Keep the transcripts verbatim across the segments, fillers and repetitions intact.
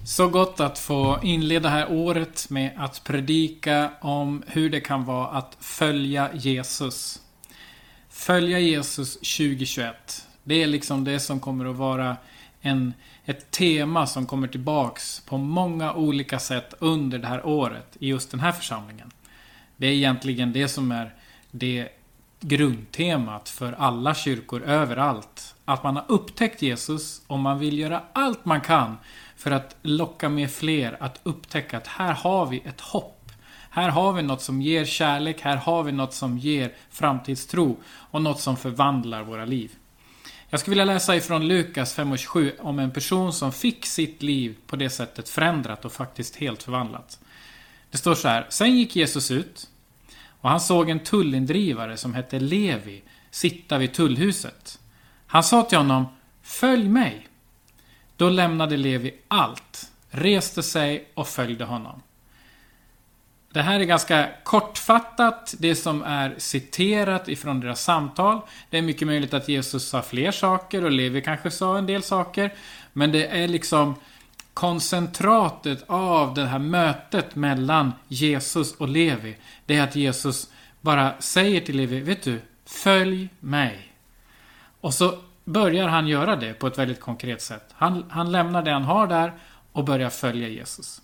Så gott att få inleda det här året med att predika om hur det kan vara att följa Jesus. Följa Jesus tjugohundratjugoett. Det är liksom det som kommer att vara en, ett tema som kommer tillbaks på många olika sätt under det här året i just den här församlingen. Det är egentligen det som är det grundtemat för alla kyrkor överallt. Att man har upptäckt Jesus och man vill göra allt man kan för att locka med fler att upptäcka att här har vi ett hopp. Här har vi något som ger kärlek, här har vi något som ger framtidstro och något som förvandlar våra liv. Jag skulle vilja läsa ifrån Lukas fem tjugosju om en person som fick sitt liv på det sättet förändrat och faktiskt helt förvandlat. Det står så här: sen gick Jesus ut och han såg en tullindrivare som hette Levi sitta vid tullhuset. Han sa till honom: följ mig. Då lämnade Levi allt, reste sig och följde honom. Det här är ganska kortfattat, det som är citerat ifrån deras samtal. Det är mycket möjligt att Jesus sa fler saker och Levi kanske sa en del saker. Men det är liksom koncentratet av det här mötet mellan Jesus och Levi. Det är att Jesus bara säger till Levi: vet du, följ mig. Och så börjar han göra det på ett väldigt konkret sätt. Han, han lämnar det han har där och börjar följa Jesus.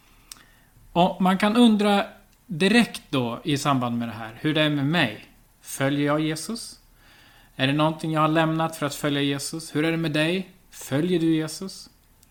Och man kan undra direkt då i samband med det här, hur det är med mig. Följer jag Jesus? Är det någonting jag har lämnat för att följa Jesus? Hur är det med dig? Följer du Jesus?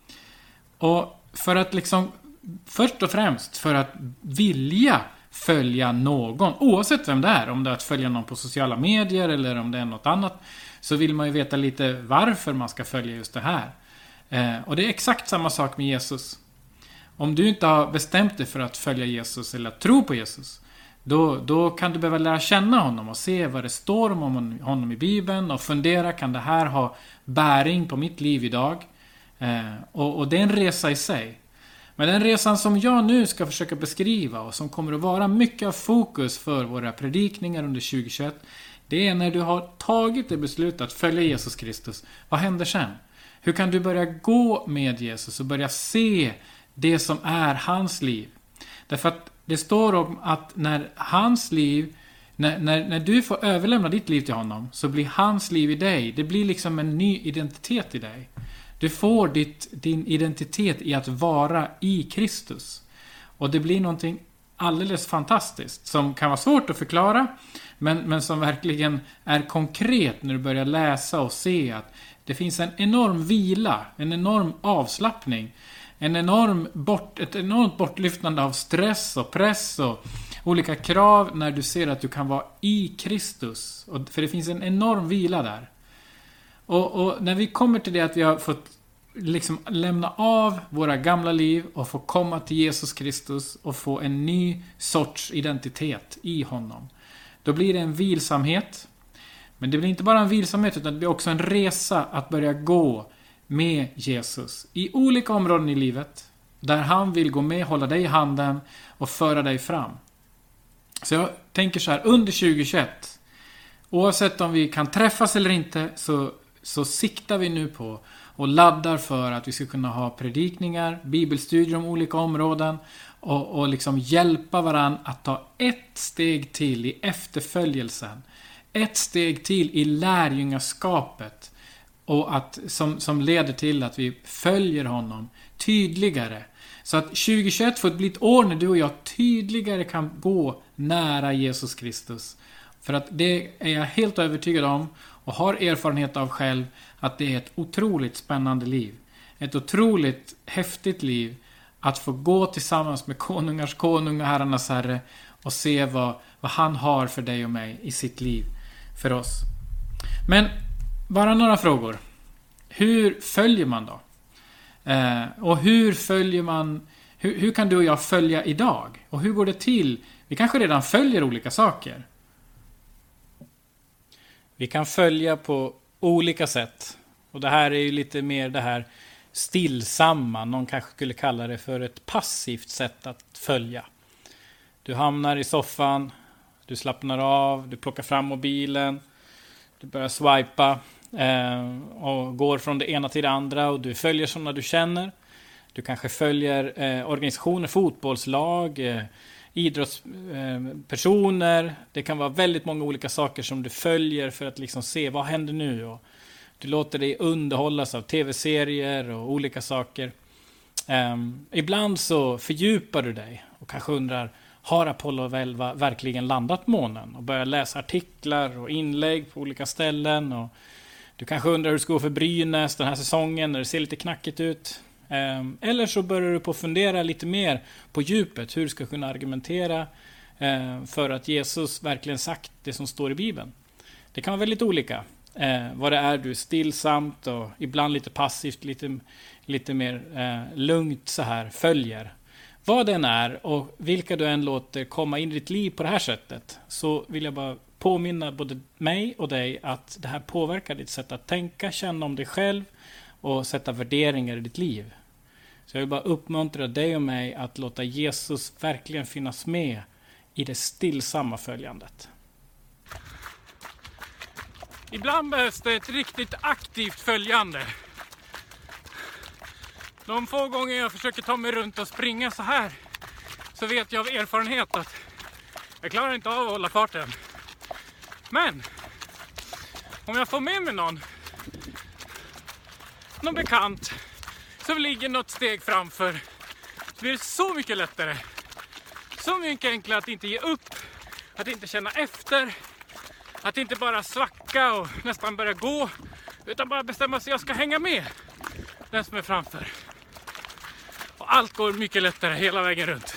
Och för att liksom, först och främst för att vilja följa någon, oavsett vem det är, om det är att följa någon på sociala medier eller om det är något annat, så vill man ju veta lite varför man ska följa just det här. Eh, och det är exakt samma sak med Jesus. Om du inte har bestämt dig för att följa Jesus eller att tro på Jesus, då, då kan du behöva lära känna honom och se vad det står om honom i Bibeln och fundera, kan det här ha bäring på mitt liv idag? Eh, och, och det är en resa i sig. Men den resan som jag nu ska försöka beskriva och som kommer att vara mycket av fokus för våra predikningar under tjugohundratjugoett, det är när du har tagit det beslutet att följa Jesus Kristus. Vad händer sen? Hur kan du börja gå med Jesus och börja se det som är hans liv? Därför att det står om att när hans liv, när, när, när du får överlämna ditt liv till honom, så blir hans liv i dig. Det blir liksom en ny identitet i dig. Du får ditt, din identitet i att vara i Kristus. Och det blir någonting alldeles fantastiskt som kan vara svårt att förklara, men, men som verkligen är konkret när du börjar läsa och se att det finns en enorm vila, en enorm avslappning, en enorm bort, ett enormt bortlyftande av stress och press och olika krav när du ser att du kan vara i Kristus. Och, för det finns en enorm vila där. Och, och när vi kommer till det att vi har fått liksom lämna av våra gamla liv och få komma till Jesus Kristus och få en ny sorts identitet i honom, då blir det en vilsamhet. Men det blir inte bara en vilsamhet, utan det blir också en resa att börja gå med Jesus i olika områden i livet där han vill gå med, hålla dig i handen och föra dig fram. Så jag tänker så här, under tjugohundratjugoett, oavsett om vi kan träffas eller inte, så, så siktar vi nu på och laddar för att vi ska kunna ha predikningar, bibelstudier om olika områden och, och liksom hjälpa varann att ta ett steg till i efterföljelsen. Ett steg till i lärjungaskapet, och att, som, som leder till att vi följer honom tydligare. Så att tjugohundratjugoett får bli ett år när du och jag tydligare kan gå nära Jesus Kristus. För att det är jag helt övertygad om och har erfarenhet av själv, att det är ett otroligt spännande liv. Ett otroligt häftigt liv att få gå tillsammans med konungars konung och herrarnas herre och se vad, vad han har för dig och mig i sitt liv för oss. Men bara några frågor. Hur följer man då? Eh, och hur följer man, hur, hur kan du och jag följa idag? Och hur går det till? Vi kanske redan följer olika saker. Vi kan följa på olika sätt. Och det här är ju lite mer det här stillsamma. Någon kanske skulle kalla det för ett passivt sätt att följa. Du hamnar i soffan, du slappnar av, du plockar fram mobilen, du börjar swipa eh, och går från det ena till det andra, och du följer sådana du känner. Du kanske följer eh, organisationer, fotbollslag, eh, idrottspersoner. Eh, det kan vara väldigt många olika saker som du följer för att liksom se vad händer nu. Och du låter dig underhållas av tv-serier och olika saker. Eh, ibland så fördjupar du dig och kanske undrar, har Apollo elva verkligen landat på månen? Och börjar läsa artiklar och inlägg på olika ställen. Och du kanske undrar hur det ska gå för Brynäs den här säsongen när det ser lite knackigt ut. Eller så börjar du på att fundera lite mer på djupet. Hur du ska kunna argumentera för att Jesus verkligen sagt det som står i Bibeln. Det kan vara väldigt olika. Vad det är du stillsamt och ibland lite passivt, lite, lite mer lugnt så här följer. Vad den är och vilka du än låter komma in i ditt liv på det här sättet, så vill jag bara påminna både mig och dig att det här påverkar ditt sätt att tänka, känna om dig själv och sätta värderingar i ditt liv. Så jag vill bara uppmuntra dig och mig att låta Jesus verkligen finnas med i det stillsamma följandet. Ibland behövs det ett riktigt aktivt följande. De få gånger jag försöker ta mig runt och springa så här, så vet jag av erfarenhet att jag klarar inte av att hålla farten. Men om jag får med mig någon, någon bekant som ligger något steg framför, så blir det så mycket lättare. Så mycket enklare att inte ge upp, att inte känna efter, att inte bara svacka och nästan börja gå, utan bara bestämma sig att jag ska hänga med den som är framför. Och allt går mycket lättare hela vägen runt.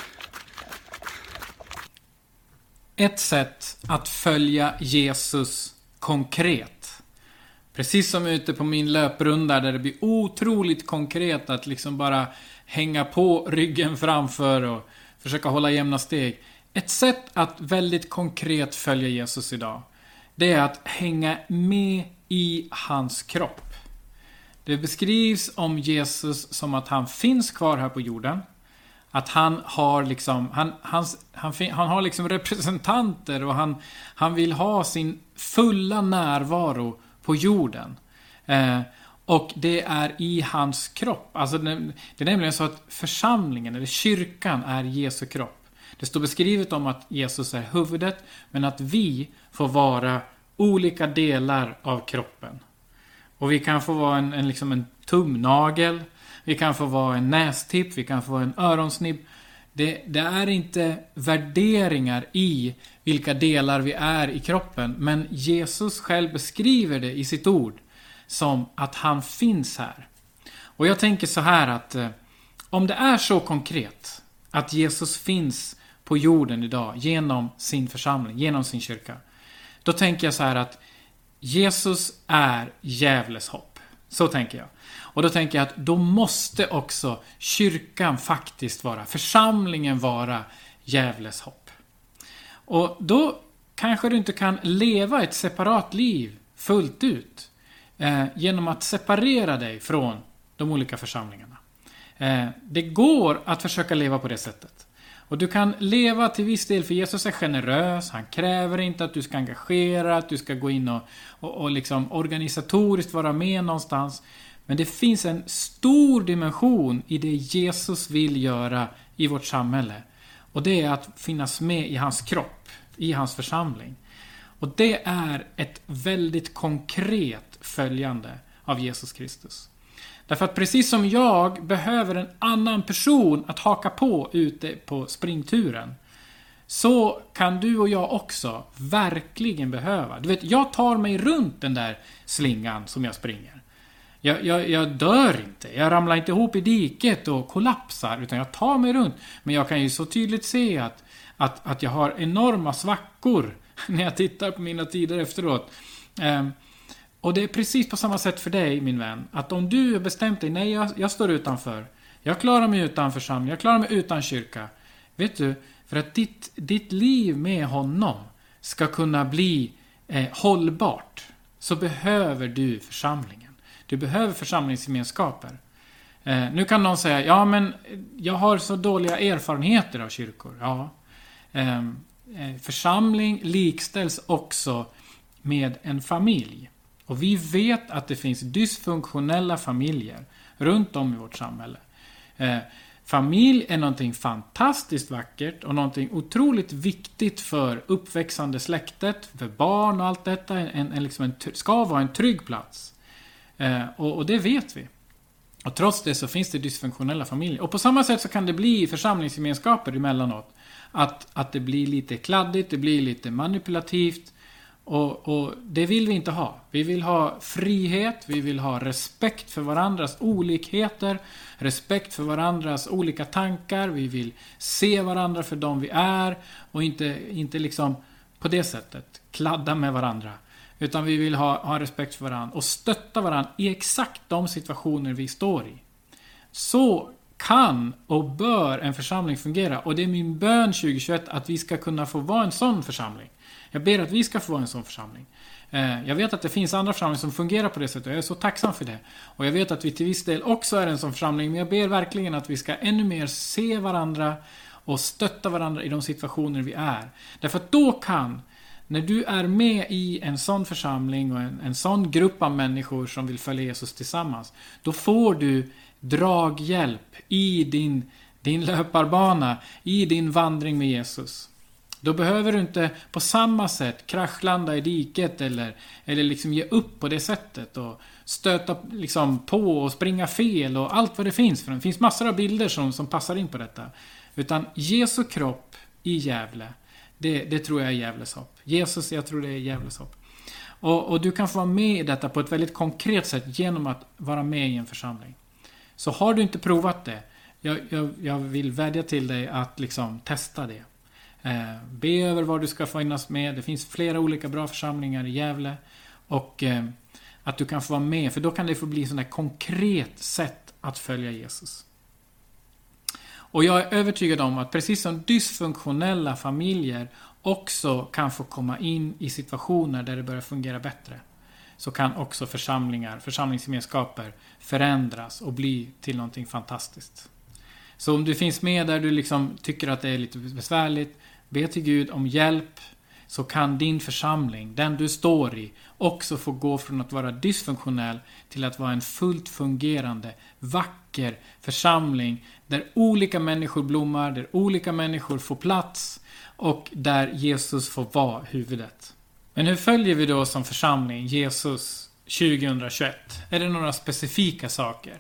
Ett sätt att följa Jesus konkret. Precis som ute på min löprunda där det blir otroligt konkret att liksom bara hänga på ryggen framför och försöka hålla jämna steg. Ett sätt att väldigt konkret följa Jesus idag, det är att hänga med i hans kropp. Det beskrivs om Jesus som att han finns kvar här på jorden. Att han har liksom han, hans, han, han har liksom representanter och han, han vill ha sin fulla närvaro på jorden. Eh, och det är i hans kropp. Alltså det, det är nämligen så att församlingen eller kyrkan är Jesu kropp. Det står beskrivet om att Jesus är huvudet, men att vi får vara olika delar av kroppen. Och vi kan få vara en, en, liksom en tumnagel, vi kan få vara en nästipp, vi kan få vara en öronsnibb. Det, det är inte värderingar i vilka delar vi är i kroppen, men Jesus själv beskriver det i sitt ord som att han finns här. Och jag tänker så här att eh, om det är så konkret att Jesus finns på jorden idag genom sin församling, genom sin kyrka, då tänker jag så här att Jesus är djävules hopp. Så tänker jag. Och då tänker jag att då måste också kyrkan faktiskt vara, församlingen vara djävules hopp. Och då kanske du inte kan leva ett separat liv fullt ut eh, genom att separera dig från de olika församlingarna. Eh, det går att försöka leva på det sättet. Och du kan leva till viss del, för Jesus är generös. Han kräver inte att du ska engagera, att du ska gå in och, och, och liksom organisatoriskt vara med någonstans. Men det finns en stor dimension i det Jesus vill göra i vårt samhälle. Och det är att finnas med i hans kropp, i hans församling. Och det är ett väldigt konkret följande av Jesus Kristus. Därför att precis som jag behöver en annan person att haka på ute på springturen, så kan du och jag också verkligen behöva. Du vet, jag tar mig runt den där slingan som jag springer. Jag, jag, jag dör inte, jag ramlar inte ihop i diket och kollapsar, utan jag tar mig runt. Men jag kan ju så tydligt se att, att, att jag har enorma svackor när jag tittar på mina tider efteråt. Um, Och det är precis på samma sätt för dig, min vän. Att om du har bestämt dig, nej jag, jag står utanför. Jag klarar mig utan församling, jag klarar mig utan kyrka. Vet du, för att ditt, ditt liv med honom ska kunna bli eh, hållbart, så behöver du församlingen. Du behöver församlingsgemenskaper. Eh, nu kan någon säga, ja men jag har så dåliga erfarenheter av kyrkor. Ja. Eh, församling likställs också med en familj. Och vi vet att det finns dysfunktionella familjer runt om i vårt samhälle. Eh, familj är någonting fantastiskt vackert och någonting otroligt viktigt för uppväxande släktet, för barn och allt detta. En, en, liksom en, ska vara en trygg plats. Eh, och, och det vet vi. Och trots det så finns det dysfunktionella familjer. Och på samma sätt så kan det bli församlingsgemenskaper emellanåt. Att, att det blir lite kladdigt, det blir lite manipulativt. Och, och det vill vi inte ha. Vi vill ha frihet, vi vill ha respekt för varandras olikheter. Respekt för varandras olika tankar. Vi vill se varandra för dem vi är. Och inte, inte liksom på det sättet kladda med varandra. Utan vi vill ha, ha respekt för varandra och stötta varandra i exakt de situationer vi står i. Så kan och bör en församling fungera. Och det är min bön tjugohundratjugoett att vi ska kunna få vara en sån församling. Jag ber att vi ska få vara en sån församling. Jag vet att det finns andra församlingar som fungerar på det sättet. Jag är så tacksam för det. Och jag vet att vi till viss del också är en sån församling. Men jag ber verkligen att vi ska ännu mer se varandra och stötta varandra i de situationer vi är. Därför att då kan... När du är med i en sån församling och en, en sån grupp av människor som vill följa Jesus tillsammans, då får du draghjälp i din, din löparbana, i din vandring med Jesus. Då behöver du inte på samma sätt kraschlanda i diket eller, eller liksom ge upp på det sättet och stöta liksom på och springa fel och allt vad det finns. För det finns massor av bilder som, som passar in på detta. Utan Jesu kropp i Gävle. Det, det tror jag är Gävles hopp. Jesus, jag tror det är Gävles hopp. Och, och du kan få vara med i detta på ett väldigt konkret sätt genom att vara med i en församling. Så har du inte provat det, jag, jag, jag vill vädja till dig att liksom testa det. Eh, be över vad du ska finnas med. Det finns flera olika bra församlingar i Gävle. Och eh, att du kan få vara med, för då kan det få bli sån där konkret sätt att följa Jesus. Och jag är övertygad om att precis som dysfunktionella familjer också kan få komma in i situationer där det börjar fungera bättre, så kan också församlingar, församlingsgemenskaper förändras och bli till någonting fantastiskt. Så om du finns med där du liksom tycker att det är lite besvärligt, be till Gud om hjälp, så kan din församling, den du står i, också få gå från att vara dysfunktionell till att vara en fullt fungerande, vacker församling där olika människor blommar, där olika människor får plats och där Jesus får vara huvudet. Men hur följer vi då som församling Jesus tjugohundratjugoett? Är det några specifika saker?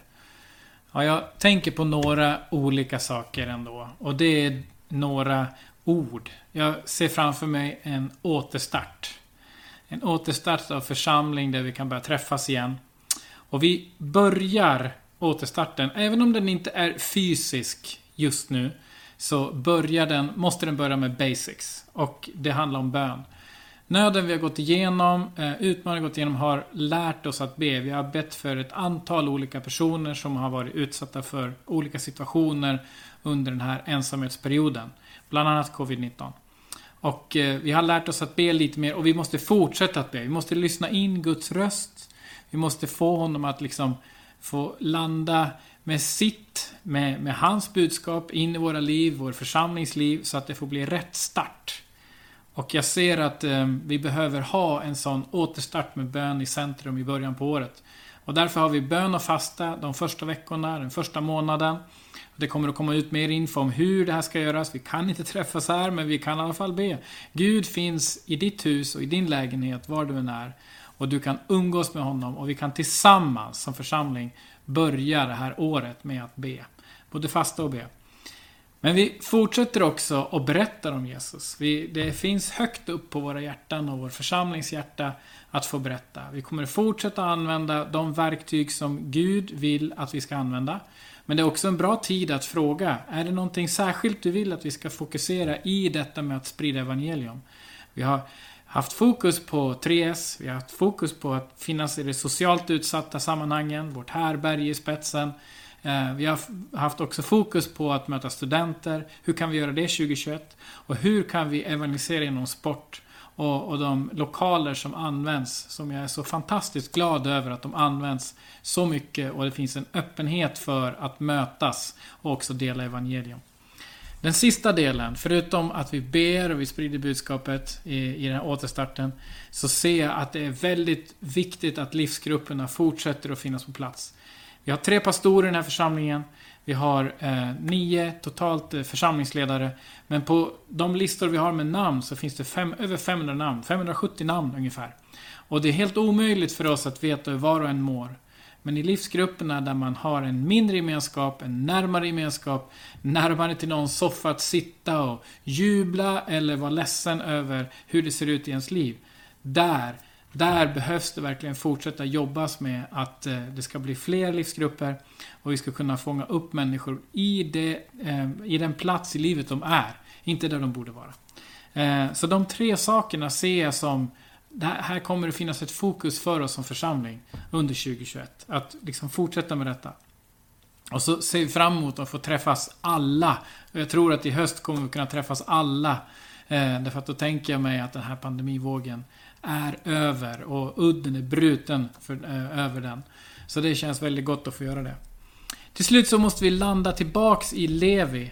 Ja, jag tänker på några olika saker ändå. Och det är några ord. Jag ser framför mig en återstart. En återstart av församling där vi kan börja träffas igen. Och vi börjar återstarten, även om den inte är fysisk just nu, så börjar den, måste den börja med basics. Och det handlar om bön. Nöden vi har gått igenom, utmaningen vi har gått igenom, har lärt oss att be. Vi har bett för ett antal olika personer som har varit utsatta för olika situationer under den här ensamhetsperioden. Bland annat covid nitton. Och vi har lärt oss att be lite mer, och vi måste fortsätta att be. Vi måste lyssna in Guds röst. Vi måste få honom att liksom få landa med sitt, med, med hans budskap in i våra liv, vår församlingsliv, så att det får bli rätt start. Och jag ser att eh, vi behöver ha en sån återstart med bön i centrum i början på året. Och därför har vi bön och fasta de första veckorna, den första månaden. Det kommer att komma ut mer info om hur det här ska göras. Vi kan inte träffas här, men vi kan i alla fall be. Gud finns i ditt hus och i din lägenhet, var du än är. Och du kan umgås med honom, och vi kan tillsammans som församling börja det här året med att be. Både fasta och be. Men vi fortsätter också och berättar om Jesus. Vi, det finns högt upp på våra hjärtan och vår församlingshjärta att få berätta. Vi kommer fortsätta använda de verktyg som Gud vill att vi ska använda. Men det är också en bra tid att fråga, är det någonting särskilt du vill att vi ska fokusera i detta med att sprida evangelium? Vi har haft fokus på tre S, vi har haft fokus på att finnas i de socialt utsatta sammanhangen, vårt härberg i spetsen. Vi har haft också fokus på att möta studenter. Hur kan vi göra det tjugohundratjugoett? Och hur kan vi evangelisera inom sport och, och de lokaler som används, som jag är så fantastiskt glad över att de används så mycket, och det finns en öppenhet för att mötas och också dela evangelium. Den sista delen, förutom att vi ber och vi sprider budskapet i, i den här återstarten, så ser jag att det är väldigt viktigt att livsgrupperna fortsätter att finnas på plats. Vi har tre pastorer i den här församlingen. Vi har eh, nio totalt eh, församlingsledare. Men på de listor vi har med namn så finns det fem, över femhundra namn. femhundrasjuttio namn ungefär. Och det är helt omöjligt för oss att veta hur var och en mår. Men i livsgrupperna där man har en mindre gemenskap, en närmare gemenskap, närmare till någon soffa att sitta och jubla eller vara ledsen över hur det ser ut i ens liv. Där, där behövs det verkligen fortsätta jobbas med att eh, det ska bli fler livsgrupper och vi ska kunna fånga upp människor i, det, eh, i den plats i livet de är, inte där de borde vara. Eh, så de tre sakerna ser jag som det här kommer det finnas ett fokus för oss som församling under tjugohundratjugoett. Att liksom fortsätta med detta. Och så ser vi fram emot att få träffas alla. Och jag tror att i höst kommer vi kunna träffas alla. Eh, därför att då tänker jag mig att den här pandemivågen är över. Och udden är bruten för, eh, över den. Så det känns väldigt gott att få göra det. Till slut så måste vi landa tillbaks i Levi.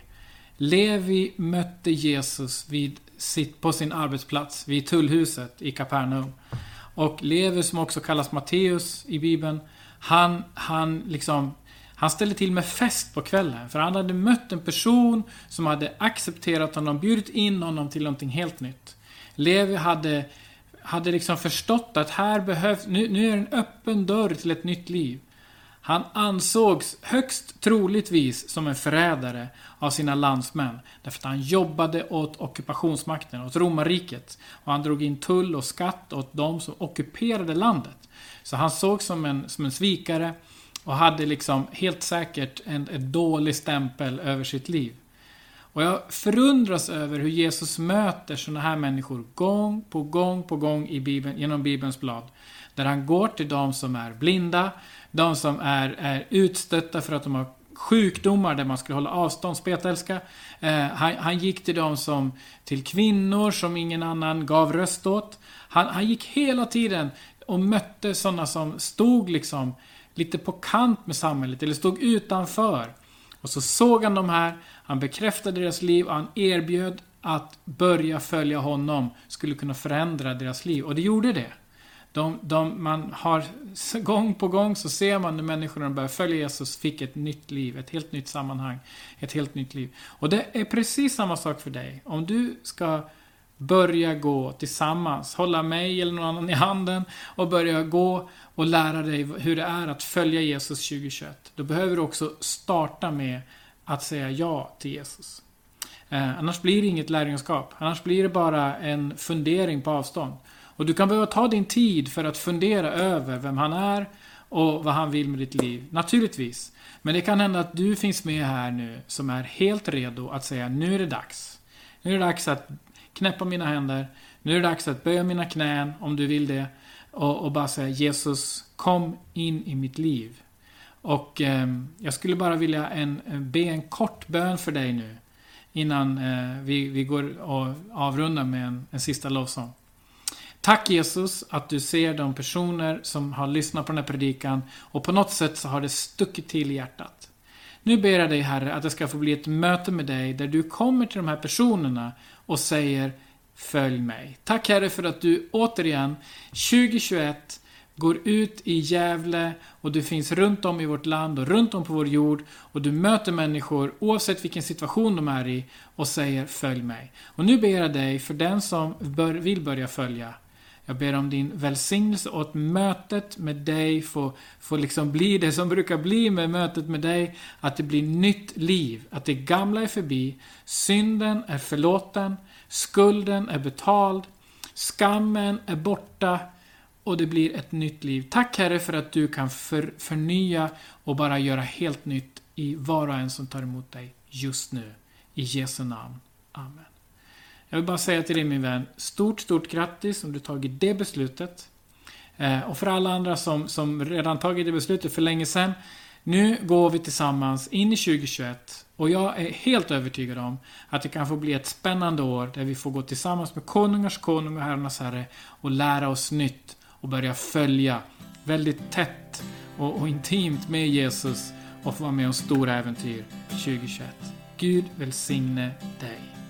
Levi mötte Jesus vid sitt, på sin arbetsplats vid tullhuset i Kapernaum. Och Levi, som också kallas Matteus i Bibeln, han, han, liksom, han ställde till med fest på kvällen. För han hade mött en person som hade accepterat honom, bjudit in honom till någonting helt nytt. Levi hade, hade liksom förstått att här behövs, nu, nu är det en öppen dörr till ett nytt liv. Han ansågs högst troligtvis som en förrädare av sina landsmän. Därför att han jobbade åt ockupationsmakten, åt romarriket. Och han drog in tull och skatt åt de som ockuperade landet. Så han såg som en, som en svikare och hade liksom helt säkert en, en dålig stämpel över sitt liv. Och jag förundras över hur Jesus möter såna här människor gång på gång på gång i Bibeln, genom Bibelns blad. Där han går till de som är blinda, de som är, är utstötta för att de har sjukdomar där man skulle hålla avstånd, spetälska. Eh, han, han gick till de som, till kvinnor som ingen annan gav röst åt. Han, han gick hela tiden och mötte sådana som stod liksom lite på kant med samhället eller stod utanför. Och så såg han de här, han bekräftade deras liv och han erbjöd att börja följa honom skulle kunna förändra deras liv. Och det gjorde det. De, de, man har gång på gång så ser man när människorna börjar följa Jesus fick ett nytt liv, ett helt nytt sammanhang, ett helt nytt liv. Och det är precis samma sak för dig. Om du ska börja gå tillsammans, hålla mig eller någon annan i handen och börja gå och lära dig hur det är att följa Jesus tjugohundratjugoett. Då behöver du också starta med att säga ja till Jesus. Eh, annars blir det inget lärjungaskap. Annars blir det bara en fundering på avstånd. Och du kan behöva ta din tid för att fundera över vem han är och vad han vill med ditt liv. Naturligtvis. Men det kan hända att du finns med här nu som är helt redo att säga nu är det dags. Nu är det dags att knäppa mina händer. Nu är det dags att böja mina knän om du vill det. Och, och bara säga Jesus, kom in i mitt liv. Och eh, jag skulle bara vilja en, be en kort bön för dig nu. Innan eh, vi, vi går och avrundar med en, en sista lovsång. Tack Jesus att du ser de personer som har lyssnat på den här predikan och på något sätt så har det stuckit till i hjärtat. Nu ber jag dig Herre att det ska få bli ett möte med dig där du kommer till de här personerna och säger följ mig. Tack Herre för att du återigen tjugohundratjugoett går ut i Gävle och du finns runt om i vårt land och runt om på vår jord och du möter människor oavsett vilken situation de är i och säger följ mig. Och nu ber jag dig för den som bör, vill börja följa. Jag ber om din välsignelse och att mötet med dig får, får liksom bli det som brukar bli med mötet med dig. Att det blir nytt liv. Att det gamla är förbi. Synden är förlåten. Skulden är betald. Skammen är borta. Och det blir ett nytt liv. Tack Herre för att du kan för, förnya och bara göra helt nytt i var och en som tar emot dig just nu. I Jesu namn. Amen. Jag vill bara säga till dig min vän, stort stort grattis om du tagit det beslutet. Eh, och för alla andra som, som redan tagit det beslutet för länge sedan. Nu går vi tillsammans in i tjugohundratjugoett. Och jag är helt övertygad om att det kan få bli ett spännande år där vi får gå tillsammans med konungars konung och herrarnas herre och lära oss nytt och börja följa väldigt tätt och, och intimt med Jesus och få vara med om stora äventyr tjugohundratjugoett. Gud välsigne dig.